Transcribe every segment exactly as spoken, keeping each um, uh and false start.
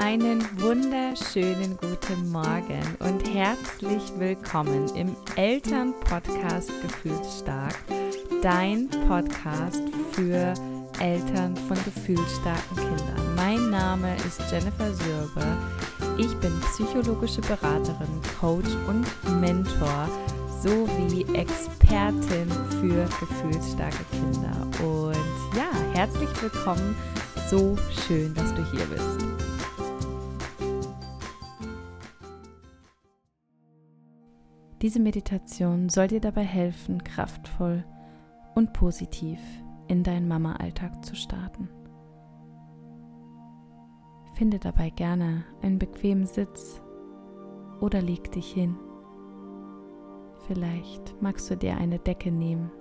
Einen wunderschönen guten Morgen und herzlich willkommen im Elternpodcast Gefühlsstark, dein Podcast für Eltern von gefühlsstarken Kindern. Mein Name ist Jennifer Sürbe. Ich bin psychologische Beraterin, Coach und Mentor sowie Expertin für gefühlsstarke Kinder. Und ja, herzlich willkommen. So schön, dass du hier bist. Diese Meditation soll dir dabei helfen, kraftvoll und positiv in deinen Mama-Alltag zu starten. Finde dabei gerne einen bequemen Sitz oder leg dich hin. Vielleicht magst du dir eine Decke nehmen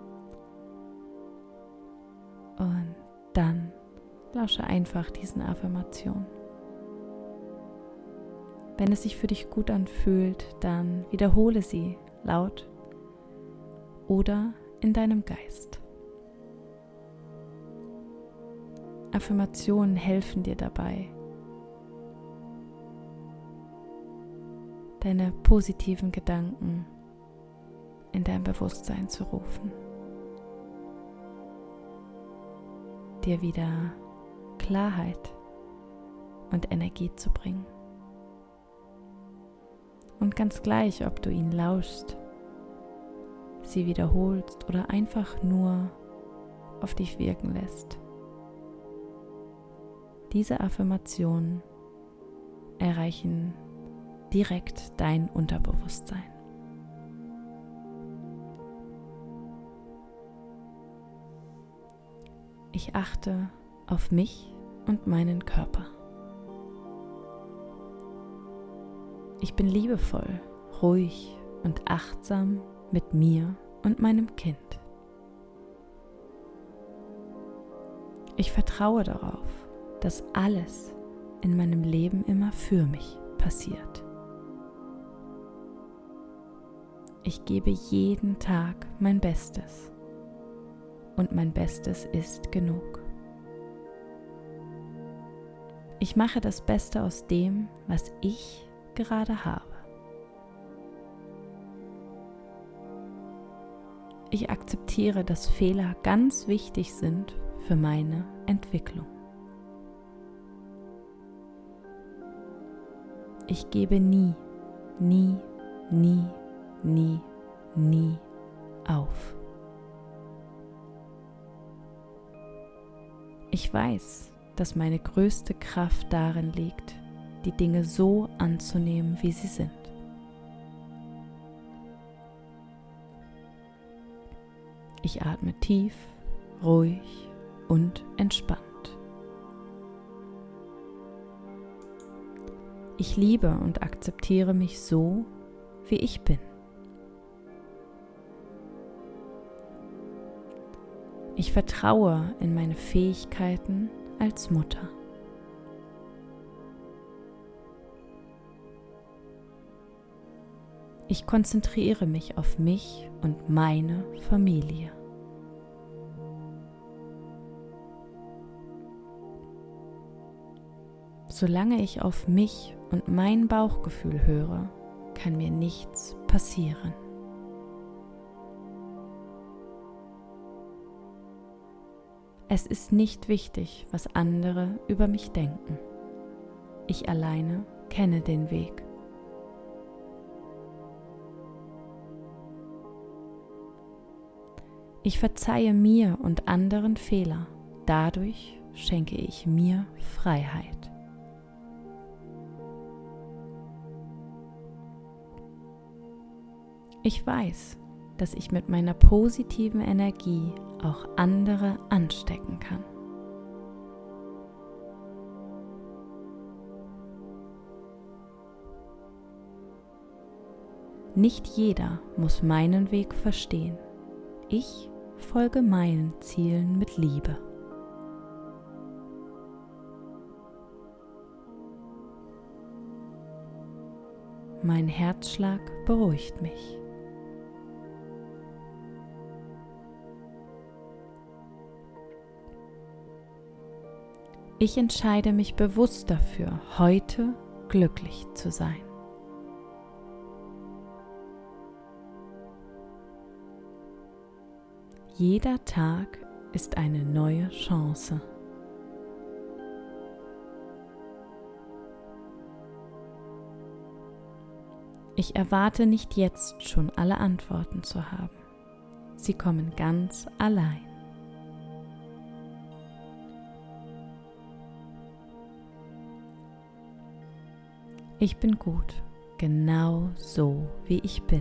und dann lausche einfach diesen Affirmationen. Wenn es sich für dich gut anfühlt, dann wiederhole sie laut oder in deinem Geist. Affirmationen helfen dir dabei, deine positiven Gedanken in dein Bewusstsein zu rufen, dir wieder Klarheit und Energie zu bringen. Und ganz gleich, ob du ihn lauschst, sie wiederholst oder einfach nur auf dich wirken lässt. Diese Affirmationen erreichen direkt dein Unterbewusstsein. Ich achte auf mich und meinen Körper. Ich bin liebevoll, ruhig und achtsam mit mir und meinem Kind. Ich vertraue darauf, dass alles in meinem Leben immer für mich passiert. Ich gebe jeden Tag mein Bestes und mein Bestes ist genug. Ich mache das Beste aus dem, was ich gerade habe. Ich akzeptiere, dass Fehler ganz wichtig sind für meine Entwicklung. Ich gebe nie, nie, nie, nie, nie auf. Ich weiß, dass meine größte Kraft darin liegt, die Dinge so anzunehmen, wie sie sind. Ich atme tief, ruhig und entspannt. Ich liebe und akzeptiere mich so, wie ich bin. Ich vertraue in meine Fähigkeiten als Mutter. Ich konzentriere mich auf mich und meine Familie. Solange ich auf mich und mein Bauchgefühl höre, kann mir nichts passieren. Es ist nicht wichtig, was andere über mich denken. Ich alleine kenne den Weg. Ich verzeihe mir und anderen Fehler. Dadurch schenke ich mir Freiheit. Ich weiß, dass ich mit meiner positiven Energie auch andere anstecken kann. Nicht jeder muss meinen Weg verstehen. Ich folge meinen Zielen mit Liebe. Mein Herzschlag beruhigt mich. Ich entscheide mich bewusst dafür, heute glücklich zu sein. Jeder Tag ist eine neue Chance. Ich erwarte nicht jetzt schon alle Antworten zu haben. Sie kommen ganz allein. Ich bin gut, genau so wie ich bin.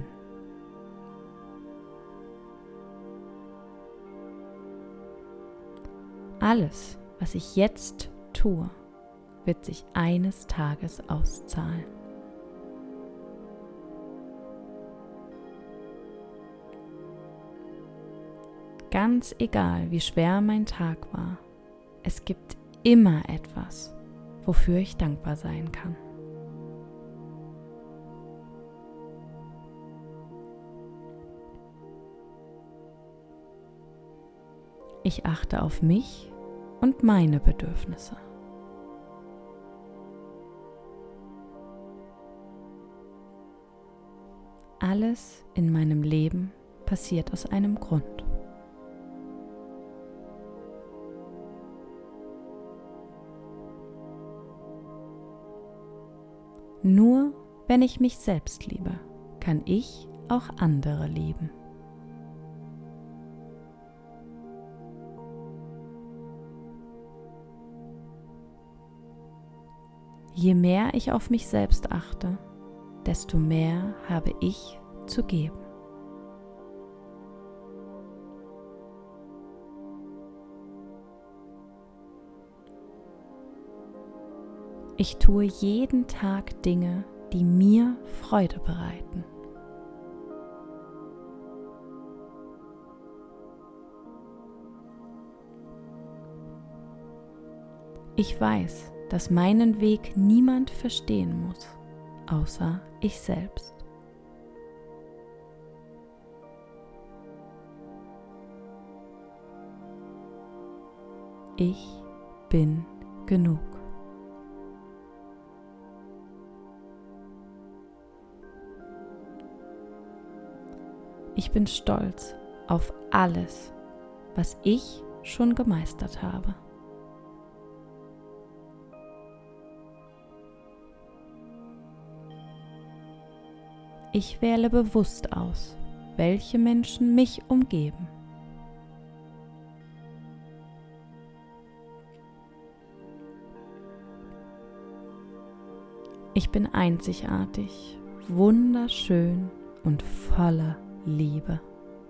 Alles, was ich jetzt tue, wird sich eines Tages auszahlen. Ganz egal, wie schwer mein Tag war, es gibt immer etwas, wofür ich dankbar sein kann. Ich achte auf mich und meine Bedürfnisse. Alles in meinem Leben passiert aus einem Grund. Nur wenn ich mich selbst liebe, kann ich auch andere lieben. Je mehr ich auf mich selbst achte, desto mehr habe ich zu geben. Ich tue jeden Tag Dinge, die mir Freude bereiten. Ich weiß, dass meinen Weg niemand verstehen muss, außer ich selbst. Ich bin genug. Ich bin stolz auf alles, was ich schon gemeistert habe. Ich wähle bewusst aus, welche Menschen mich umgeben. Ich bin einzigartig, wunderschön und voller Liebe.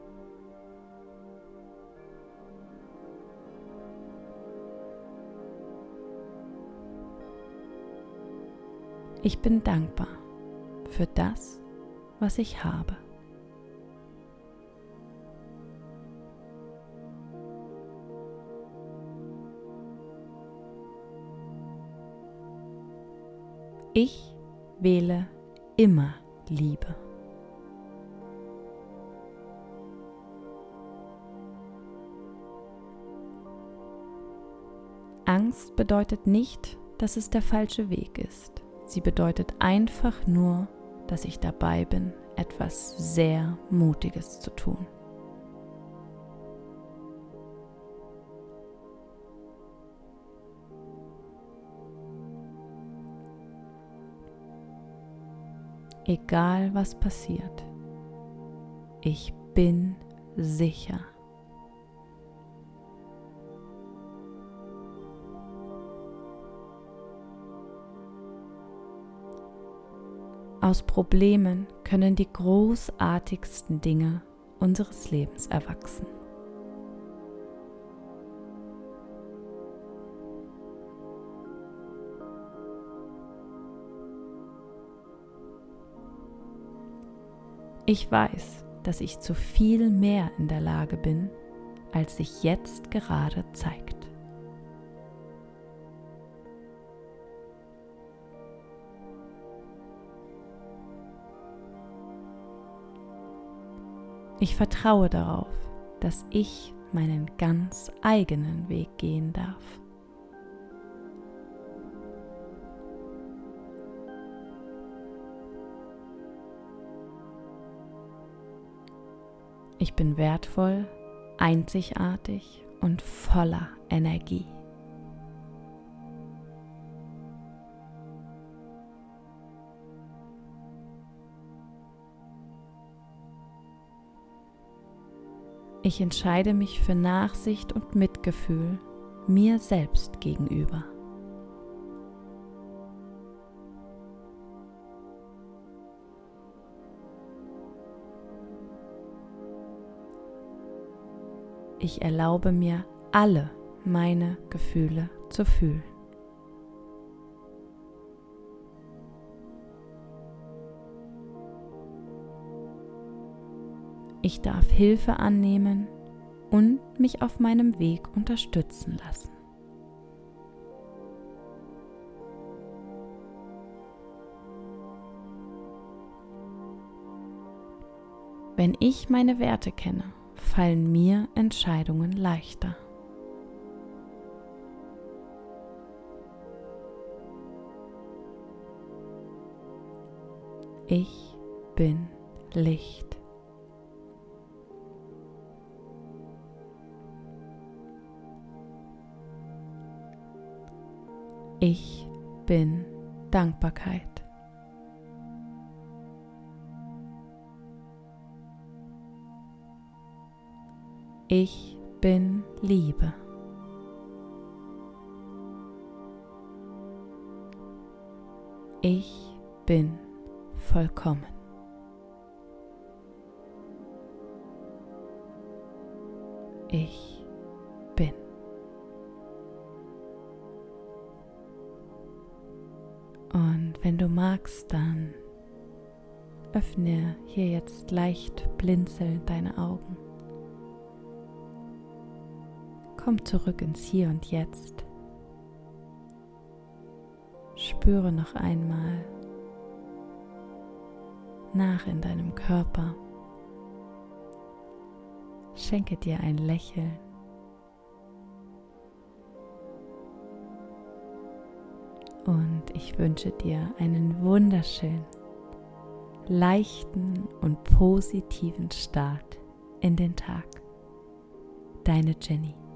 Ich bin dankbar für das, was ich habe. Ich wähle immer Liebe. Angst bedeutet nicht, dass es der falsche Weg ist. Sie bedeutet einfach nur, dass ich dabei bin, etwas sehr Mutiges zu tun. Egal was passiert, ich bin sicher. Aus Problemen können die großartigsten Dinge unseres Lebens erwachsen. Ich weiß, dass ich zu viel mehr in der Lage bin, als sich jetzt gerade zeigt. Ich vertraue darauf, dass ich meinen ganz eigenen Weg gehen darf. Ich bin wertvoll, einzigartig und voller Energie. Ich entscheide mich für Nachsicht und Mitgefühl mir selbst gegenüber. Ich erlaube mir, alle meine Gefühle zu fühlen. Ich darf Hilfe annehmen und mich auf meinem Weg unterstützen lassen. Wenn ich meine Werte kenne, fallen mir Entscheidungen leichter. Ich bin Licht. Ich bin Dankbarkeit. Ich bin Liebe. Ich bin vollkommen. Ich bin. Und wenn du magst, dann öffne hier jetzt leicht blinzelnd deine Augen. Komm zurück ins Hier und Jetzt. Spüre noch einmal nach in deinem Körper. Schenke dir ein Lächeln. Und ich wünsche dir einen wunderschönen, leichten und positiven Start in den Tag. Deine Jenny.